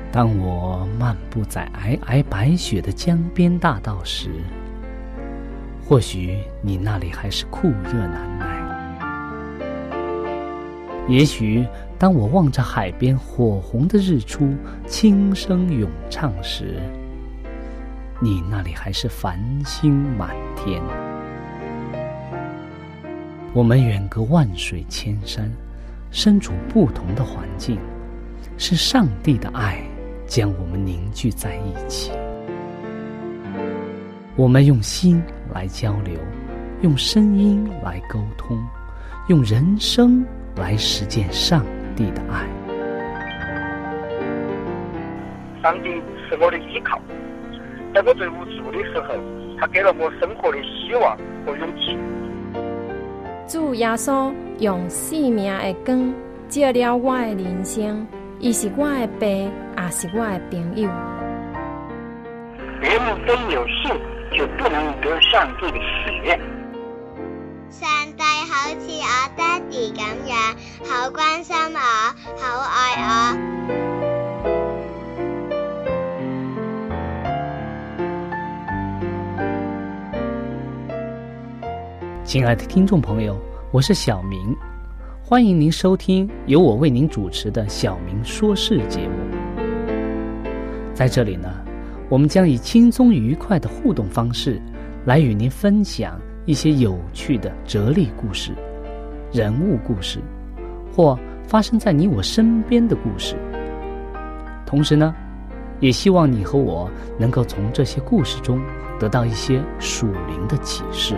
当我漫步在皑皑白雪的江边大道时，或许你那里还是酷热难耐。也许当我望着海边火红的日出轻声咏唱时，你那里还是繁星满天。我们远隔万水千山，身处不同的环境，是上帝的爱将我们凝聚在一起。我们用心来交流，用声音来沟通，用人生来实践上帝的爱。 上帝是我的依靠，在我最无助的时候，他给了我生活的希望和勇气。 主耶稣用生命的光照了我的人生，伊是我的爸，也是我的朋友。 人们非有信，就不能得上帝的喜悦。 上帝好似我爹哋咁樣，好關心我，好愛我。 亲爱的听众朋友，我是小明，欢迎您收听由我为您主持的小明说事节目。在这里呢，我们将以轻松愉快的互动方式来与您分享一些有趣的哲理故事、人物故事，或发生在你我身边的故事。同时呢，也希望你和我能够从这些故事中得到一些属灵的启示。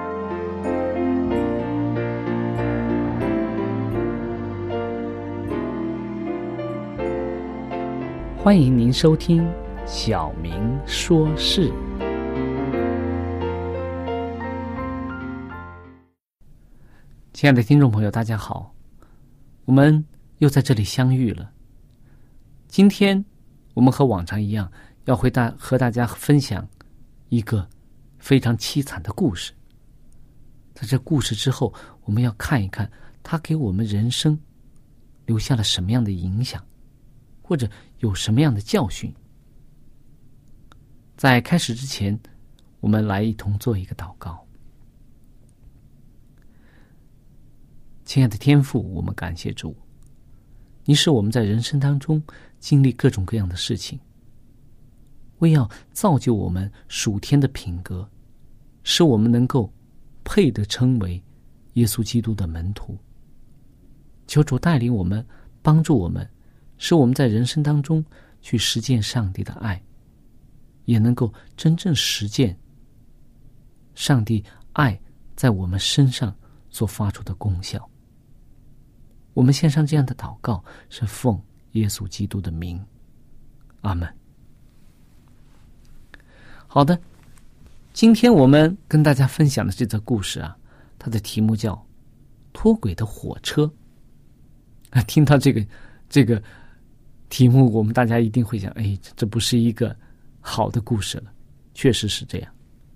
欢迎您收听小明说事。亲爱的听众朋友，大家好，我们又在这里相遇了。今天我们和往常一样，要和大家分享一个非常凄惨的故事。在这故事之后，我们要看一看它给我们人生留下了什么样的影响，或者有什么样的教训。在开始之前，我们来一同做一个祷告。亲爱的天父，我们感谢主，你使我们在人生当中经历各种各样的事情，为要造就我们属天的品格，使我们能够配得称为耶稣基督的门徒。求主带领我们，帮助我们，使我们在人生当中去实践上帝的爱，也能够真正实践上帝爱在我们身上所发出的功效。我们献上这样的祷告，是奉耶稣基督的名，阿们。好的，今天我们跟大家分享的这则故事啊，它的题目叫脱轨的火车。听到这个题目，我们大家一定会想，这不是一个好的故事了。确实是这样。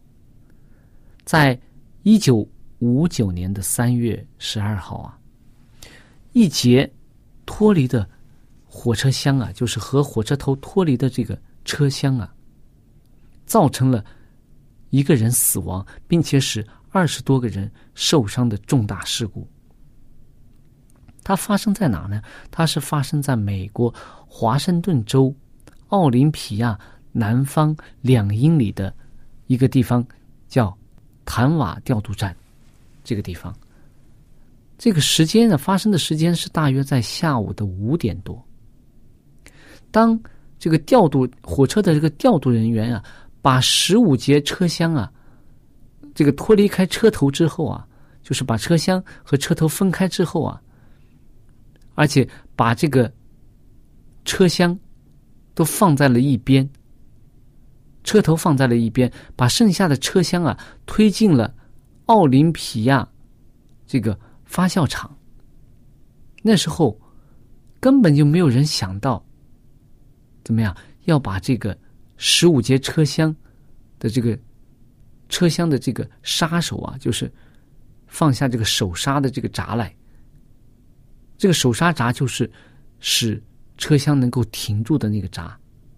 在1959年的3月12号啊，一节脱离的火车厢啊，就是和火车头脱离的这个车厢啊，造成了一个人死亡，并且使20多个人受伤的重大事故。它发生在哪呢？它是发生在美国华盛顿州奥林匹亚南方2英里的一个地方，叫坦瓦调度站。这个地方，这个时间呢，发生的时间是大约在下午的5点多。当这个火车的这个调度人员啊，把15节车厢啊，这个脱离开车头之后啊，就是把车厢和车头分开之后啊，而且把这个车厢都放在了一边，车头放在了一边，把剩下的车厢啊推进了奥林匹亚这个发酵厂。那时候根本就没有人想到怎么样要把这个15节车厢的这个车厢的这个刹手啊，就是放下这个手刹的这个闸来。这个手刹闸就是使车厢能够停住的那个闸，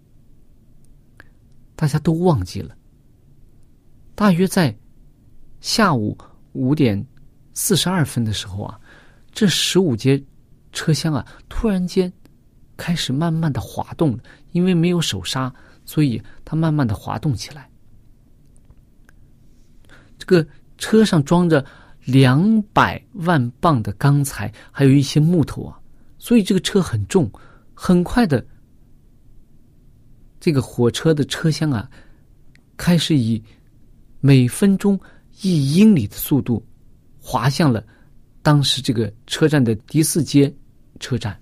大家都忘记了。大约在下午5点42分的时候啊，这15节车厢啊，突然间开始慢慢的滑动了，因为没有手刹，所以它慢慢的滑动起来。这个车上装着200万磅的钢材，还有一些木头啊，所以这个车很重。很快的，这个火车的车厢啊，开始以每分钟1英里的速度滑向了当时这个车站的第4街车站。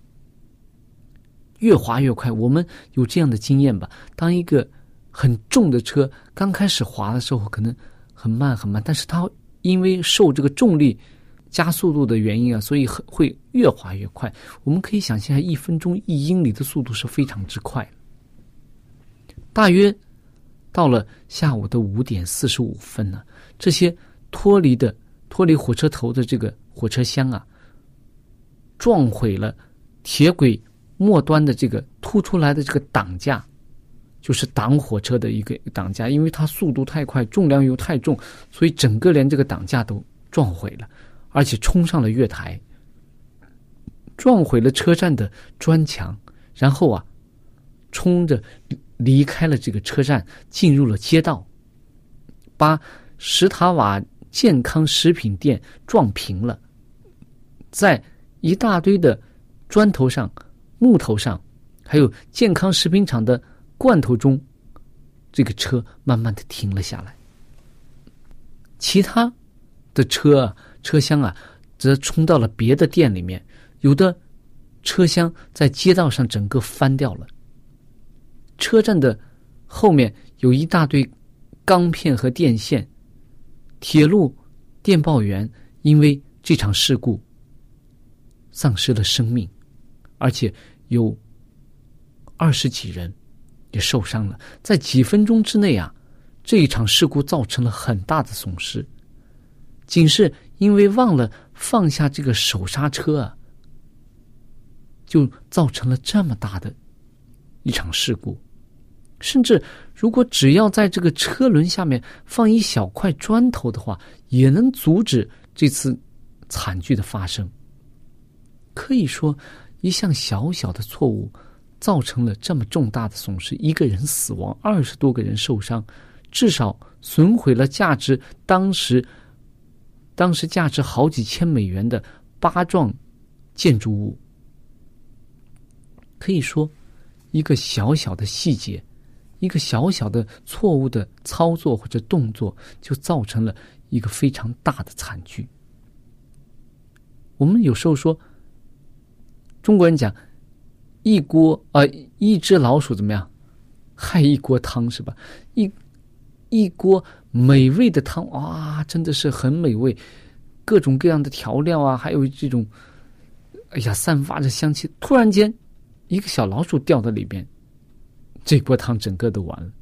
越滑越快，我们有这样的经验吧？当一个很重的车刚开始滑的时候，可能很慢很慢，但是它因为受这个重力加速度的原因啊，所以会越滑越快。我们可以想象1分钟1英里的速度是非常之快。大约到了下午的5点45分呢，这些脱离火车头的这个火车厢啊，撞毁了铁轨末端的这个凸出来的这个挡架，就是挡火车的一个挡架，因为它速度太快，重量又太重，所以整个连这个挡架都撞毁了，而且冲上了月台，撞毁了车站的砖墙，然后啊，冲着离开了这个车站，进入了街道，把史塔瓦健康食品店撞平了，在一大堆的砖头上、木头上，还有健康食品厂的罐头中，这个车慢慢的停了下来。其他的车厢啊，则冲到了别的店里面，有的车厢在街道上整个翻掉了。车站的后面有一大堆钢片和电线，铁路电报员因为这场事故丧失了生命，而且有20几人也受伤了。在几分钟之内啊，这一场事故造成了很大的损失，仅是因为忘了放下这个手刹车啊，就造成了这么大的一场事故。甚至如果只要在这个车轮下面放一小块砖头的话，也能阻止这次惨剧的发生。可以说，一项小小的错误造成了这么重大的损失，1个人死亡，20多个人受伤，至少损毁了当时价值好几千美元的8幢建筑物。可以说，一个小小的细节，一个小小的错误的操作或者动作，就造成了一个非常大的惨剧。我们有时候说，中国人讲一只老鼠怎么样，害一锅汤，是吧？一锅美味的汤啊，真的是很美味，各种各样的调料啊，还有这种散发着香气，突然间一个小老鼠掉到里边，这锅汤整个都完了。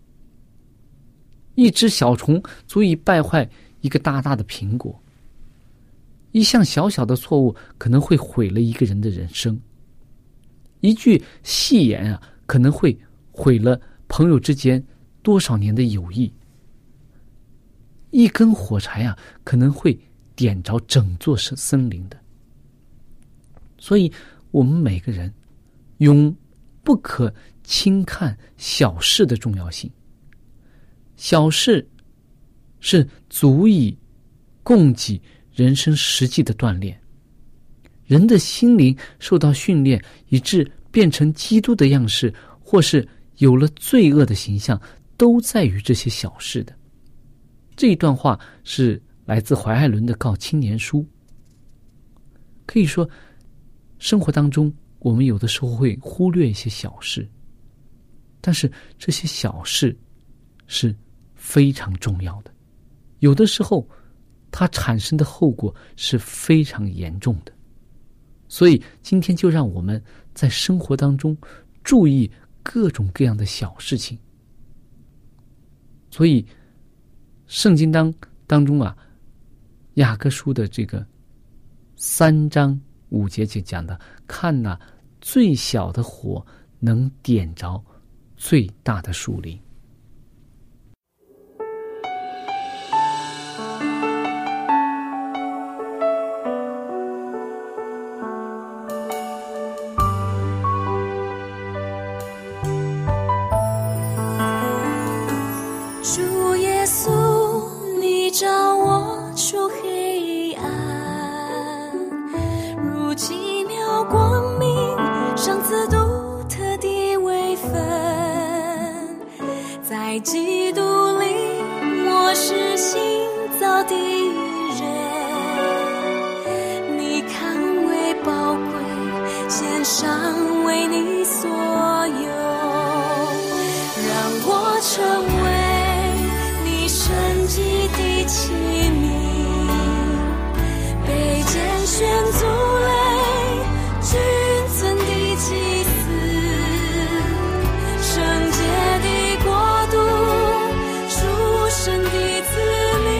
一只小虫足以败坏一个大大的苹果，一项小小的错误可能会毁了一个人的人生，一句戏言啊，可能会毁了朋友之间多少年的友谊，一根火柴啊，可能会点着整座森林的。所以我们每个人永不可轻看小事的重要性，小事是足以供给人生实际的锻炼。人的心灵受到训练，以致变成基督的样式，或是有了罪恶的形象，都在于这些小事的。这一段话是来自怀爱伦的《告青年书》。可以说，生活当中我们有的时候会忽略一些小事，但是这些小事是非常重要的，有的时候它产生的后果是非常严重的。所以今天就让我们在生活当中注意各种各样的小事情。所以圣经当中啊，雅各书的这个3章5节就讲的，看哪， 最小的火能点着最大的树林。 主耶稣，你照我出黑暗，如奇妙光明，赏赐独特的位分，在基督里我是新造的人，你看为宝贵，献上为你所有，让我成为神迹的器皿，被拣选族类，君尊的祭司，圣洁的国度，属神的子民，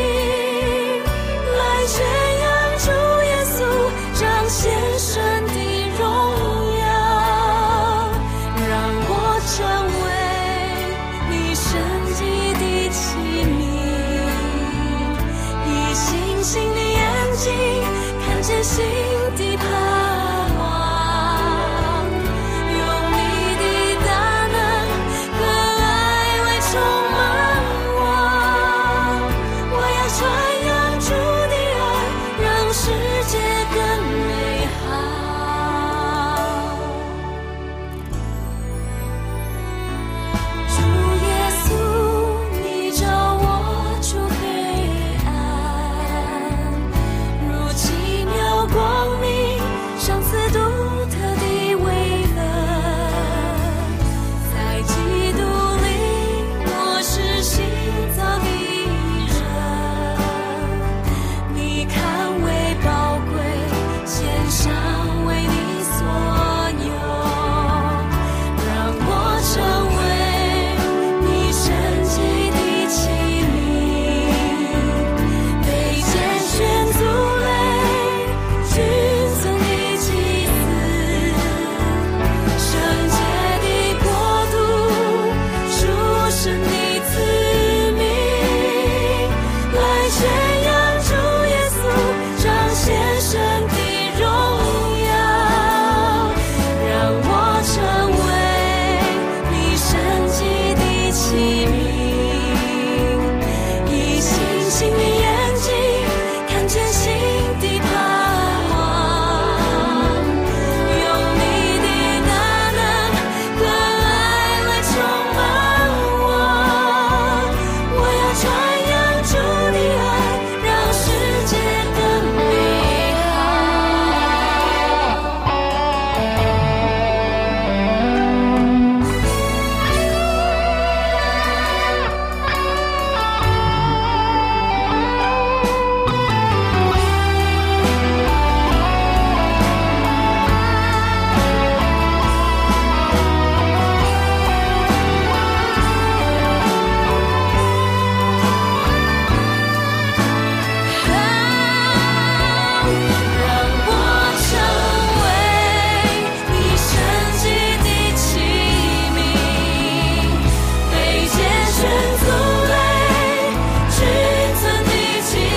来宣扬主耶稣，彰显神的荣耀，让我成为你神迹的器皿，新的眼睛看见新的盼望，用你的大能和爱来充满我，我要传扬主的爱，让世界更美好。主耶稣，你照我出黑暗，如奇妙光明，赏赐独特的位分，在基督里我是新造的人，你看为宝贵，献上为你所有，让我成为你神迹的器皿，被拣选族类，君尊的祭司，圣洁的国度，属神的子民，来宣扬主耶稣，彰显神的荣耀，让我成为你神迹的器皿，以新的眼睛看见新的盼望，用你的大能和爱来充满我，我要传扬主的爱，让世界更美让我成为你神迹的器皿，被拣选族类，君尊的祭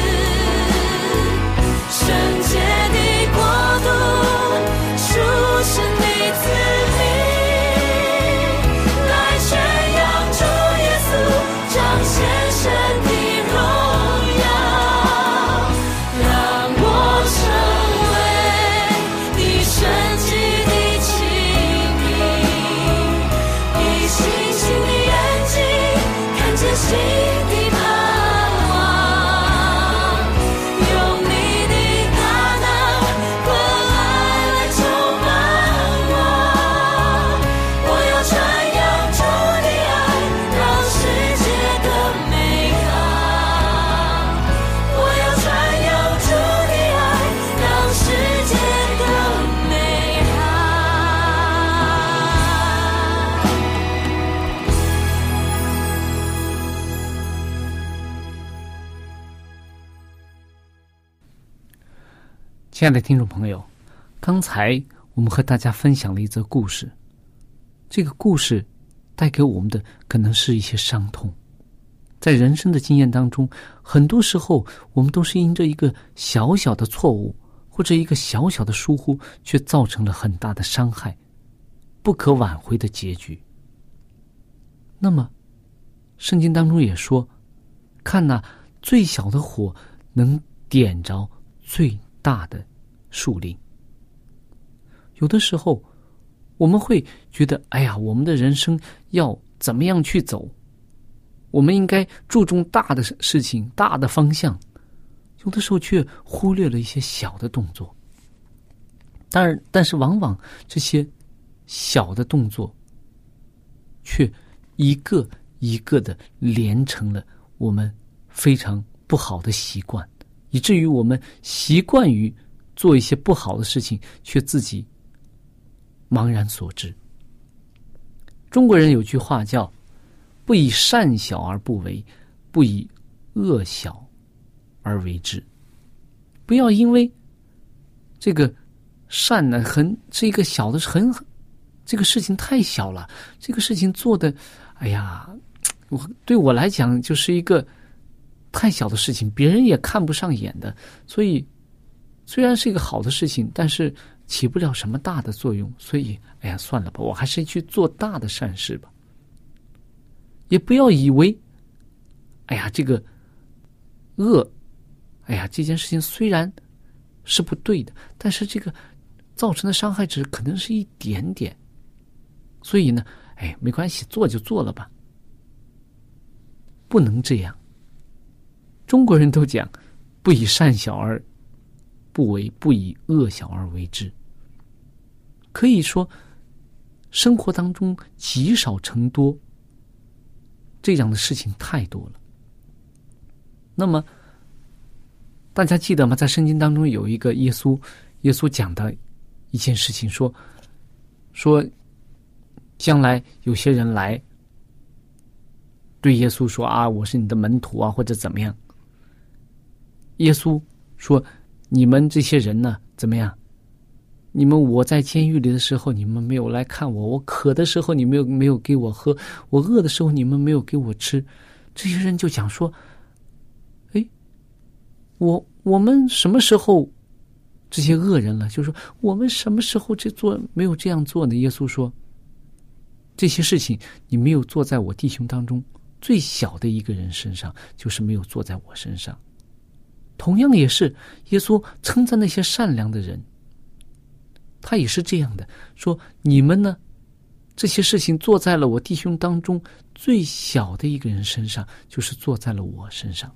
司，圣洁的国度，属神的子民，来宣扬主耶稣，彰显神的荣耀，让我成为你神迹的器皿，以新的眼睛看见新的盼望，用你的大能和爱来充满我，我要传扬主的爱，让世界更美好，我要传扬主的爱，让世界更美好。 亲爱的听众朋友，刚才我们和大家分享了一则故事。这个故事带给我们的可能是一些伤痛。在人生的经验当中，很多时候我们都是因着一个小小的错误或者一个小小的疏忽，却造成了很大的伤害，不可挽回的结局。那么圣经当中也说，看哪，最小的火能点着最大的树林。有的时候我们会觉得，哎呀，我们的人生要怎么样去走，我们应该注重大的事情，大的方向，有的时候却忽略了一些小的动作。但是往往这些小的动作却一个一个的连成了我们非常不好的习惯，以至于我们习惯于做一些不好的事情，却自己茫然所致。中国人有句话叫不以善小而不为，不以恶小而为之。不要因为这个善呢是一个小的这个事情太小了，这个事情做的哎呀，对我来讲就是一个太小的事情，别人也看不上眼的，所以虽然是一个好的事情，但是起不了什么大的作用，所以哎呀算了吧，我还是去做大的善事吧。也不要以为哎呀这个恶，哎呀这件事情虽然是不对的，但是这个造成的伤害值可能是一点点，所以呢哎没关系，做就做了吧。不能这样。中国人都讲不以善小而不为，不以恶小而为之。可以说生活当中积少成多，这样的事情太多了。那么大家记得吗？在圣经当中有一个耶稣讲的一件事情，说将来有些人来对耶稣说啊，我是你的门徒啊，或者怎么样。耶稣说，你们这些人呢怎么样，你们我在监狱里的时候你们没有来看我，我渴的时候你们没有给我喝，我饿的时候你们没有给我吃。这些人就讲说，诶，我们什么时候这些恶人了，就是说我们什么时候没有这样做呢？耶稣说，这些事情你没有做在我弟兄当中最小的一个人身上，就是没有做在我身上。同样也是耶稣称赞那些善良的人，他也是这样的，说你们呢这些事情做在了我弟兄当中最小的一个人身上，就是做在了我身上。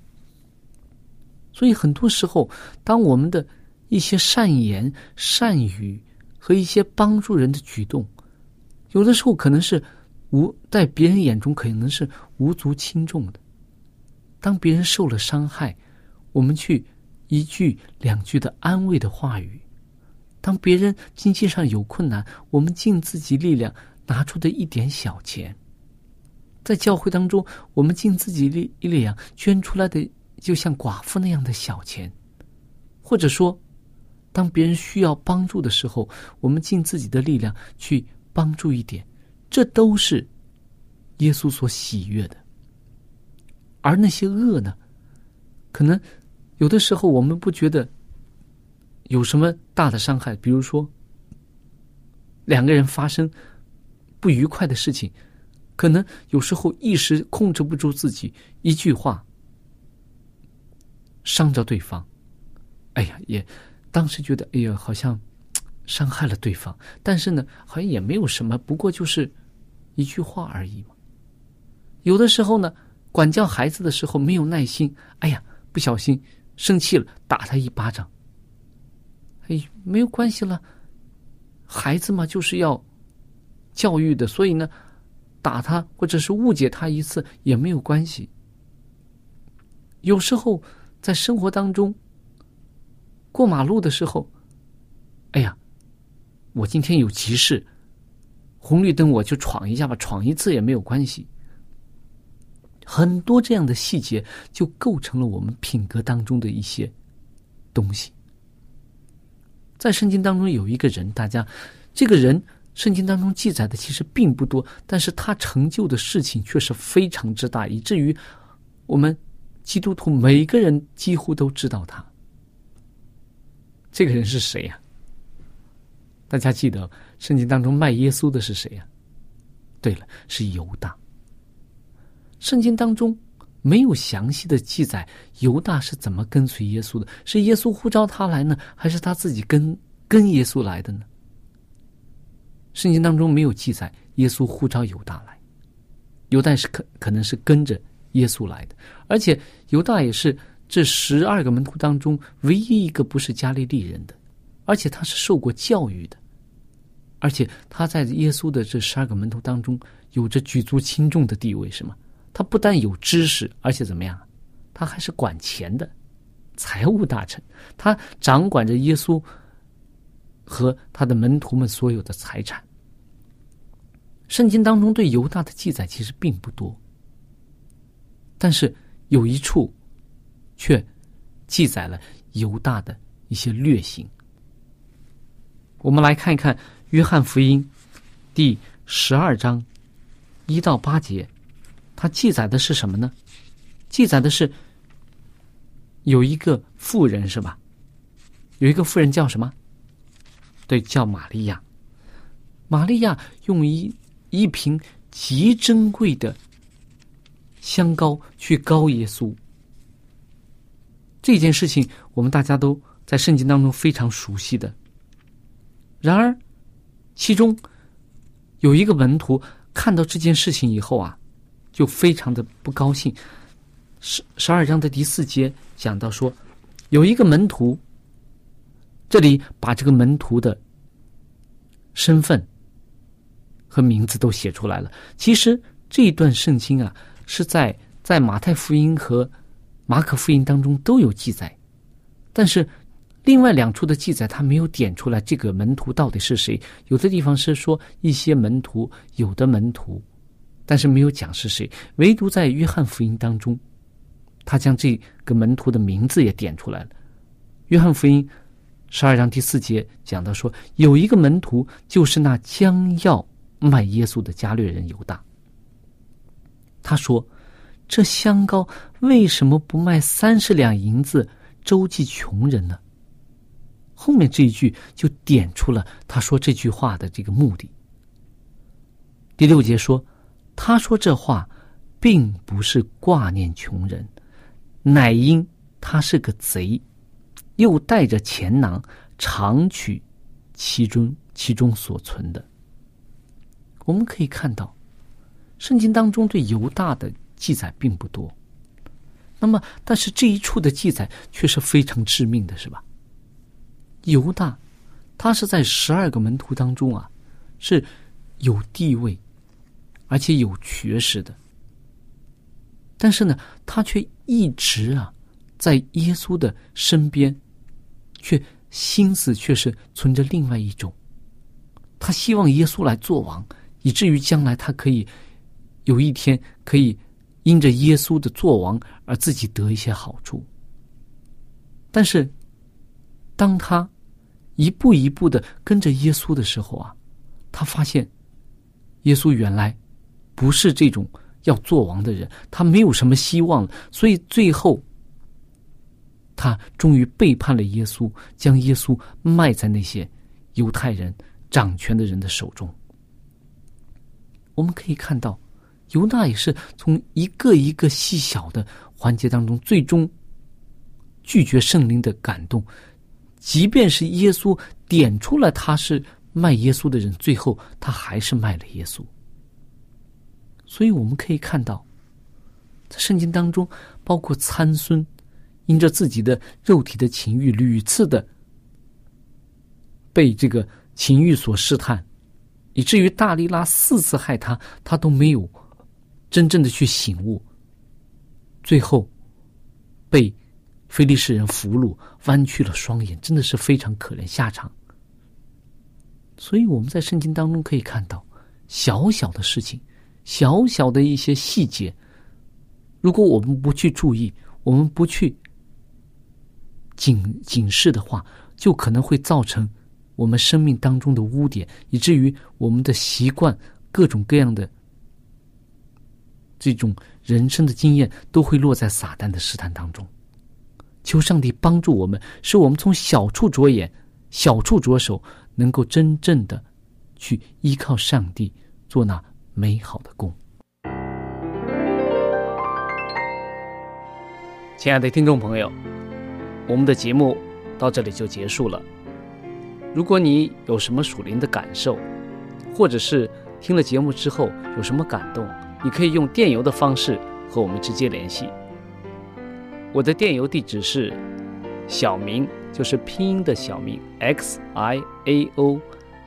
所以很多时候当我们的一些善言善语和一些帮助人的举动，有的时候可能是在别人眼中可能是无足轻重的，当别人受了伤害，我们去一句两句的安慰的话语，当别人经济上有困难，我们尽自己力量拿出的一点小钱，在教会当中我们尽自己力量捐出来的就像寡妇那样的小钱，或者说当别人需要帮助的时候，我们尽自己的力量去帮助一点，这都是耶稣所喜悦的。而那些恶呢，可能有的时候我们不觉得有什么大的伤害，比如说两个人发生不愉快的事情，可能有时候一时控制不住自己，一句话伤着对方，哎呀，也当时觉得哎呀好像伤害了对方，但是呢好像也没有什么，不过就是一句话而已嘛。有的时候呢管教孩子的时候没有耐心，哎呀不小心生气了打他一巴掌，哎，没有关系了，孩子嘛就是要教育的，所以呢打他或者是误解他一次也没有关系。有时候在生活当中过马路的时候，哎呀我今天有急事，红绿灯我就闯一下吧，闯一次也没有关系。很多这样的细节就构成了我们品格当中的一些东西。 在圣经当中有一个人，这个人圣经当中记载的其实并不多，但是他成就的事情却是非常之大，以至于我们基督徒每个人几乎都知道他。这个人是谁呀？大家记得圣经当中卖耶稣的是谁呀？对了，是犹大。圣经当中没有详细的记载犹大是怎么跟随耶稣的，是耶稣呼召他来呢，还是他自己跟耶稣来的呢？圣经当中没有记载耶稣呼召犹大来，犹大是可能是跟着耶稣来的，而且犹大也是这12个门徒当中唯一一个不是加利利人的，而且他是受过教育的，而且他在耶稣的这12个门徒当中有着举足轻重的地位，是吗？他不但有知识，而且怎么样？他还是管钱的财务大臣，他掌管着耶稣和他的门徒们所有的财产。圣经当中对犹大的记载其实并不多，但是有一处却记载了犹大的一些略行。我们来看一看约翰福音第12章1到8节，它记载的是什么呢？记载的是有一个妇人，是吧？有一个妇人叫什么？对，叫玛利亚。玛利亚用一瓶极珍贵的香膏去膏耶稣。这件事情我们大家都在圣经当中非常熟悉的。然而其中有一个门徒看到这件事情以后啊，就非常的不高兴。12章的第4节讲到说，有一个门徒，这里把这个门徒的身份和名字都写出来了。其实这一段圣经啊，是在马太福音和马可福音当中都有记载，但是另外2处的记载他没有点出来这个门徒到底是谁。有的地方是说一些门徒，有的门徒，但是没有讲是谁。唯独在约翰福音当中，他将这个门徒的名字也点出来了。约翰福音12章第4节讲到说，有一个门徒就是那将要卖耶稣的加略人犹大。他说，这香膏为什么不卖30两银子周济穷人呢？后面这一句就点出了他说这句话的这个目的。第6节说，他说这话并不是挂念穷人，乃因他是个贼，又带着钱囊，常取其中所存的。我们可以看到圣经当中对犹大的记载并不多，那么但是这一处的记载却是非常致命的，是吧？犹大他是在12个门徒当中啊，是有地位而且有学识的，但是呢他却一直啊在耶稣的身边，却心思却是存着另外一种，他希望耶稣来做王，以至于将来他可以有一天可以因着耶稣的做王而自己得一些好处。但是当他一步一步的跟着耶稣的时候啊，他发现耶稣原来不是这种要做王的人，他没有什么希望了，所以最后他终于背叛了耶稣，将耶稣卖在那些犹太人掌权的人的手中。我们可以看到犹大也是从一个一个细小的环节当中，最终拒绝圣灵的感动，即便是耶稣点出了他是卖耶稣的人，最后他还是卖了耶稣。所以我们可以看到在圣经当中，包括参孙因着自己的肉体的情欲屡次的被这个情欲所试探，以至于大利拉4次害他，他都没有真正的去醒悟，最后被非利士人俘虏，弯曲了双眼，真的是非常可怜下场。所以我们在圣经当中可以看到小小的事情，小小的一些细节，如果我们不去注意，我们不去警示的话， 就可能会造成我们生命当中的污点，以至于我们的习惯、各种各样的这种人生的经验都会落在撒旦的试探当中。求上帝帮助我们，使我们从小处着眼，小处着手，能够真正的去依靠上帝，做那美好的工。亲爱的听众朋友，我们的节目到这里就结束了。如果你有什么属灵的感受，或者是听了节目之后有什么感动，你可以用电邮的方式和我们直接联系。我的电邮地址是小明，就是拼音的小明 XIAOMING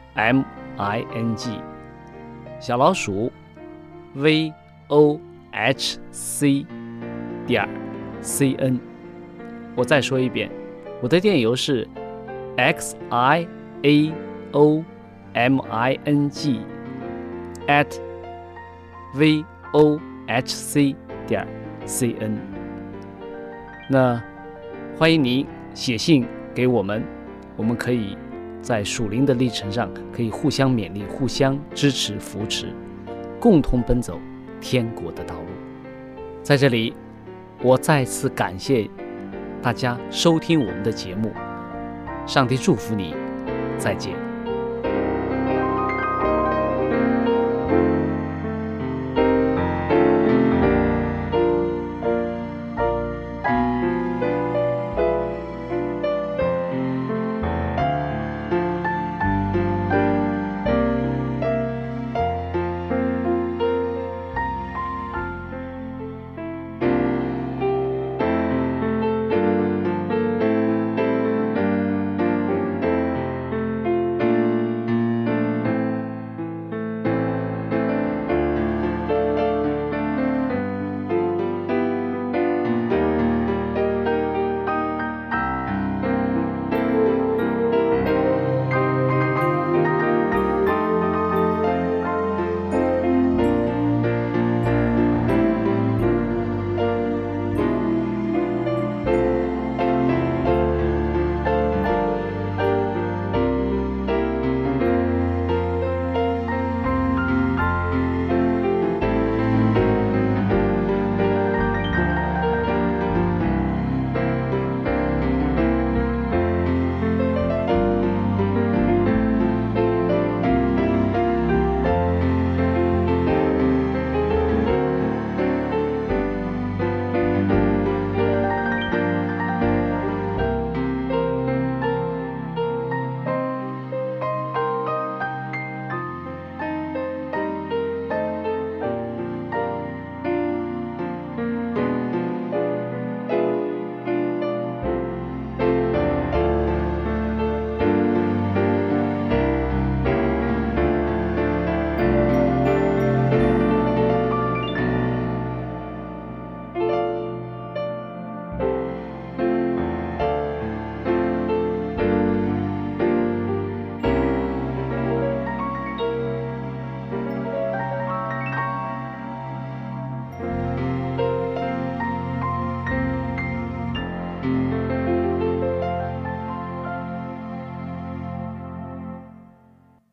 小老鼠 VOHC.CN。 我再说一遍，我的电邮是 XIAOMING@VOHC.CN。 那欢迎您写信给我们，我们可以在属灵的历程上可以互相勉励，互相支持扶持，共同奔走天国的道路。在这里我再次感谢大家收听我们的节目，上帝祝福你，再见。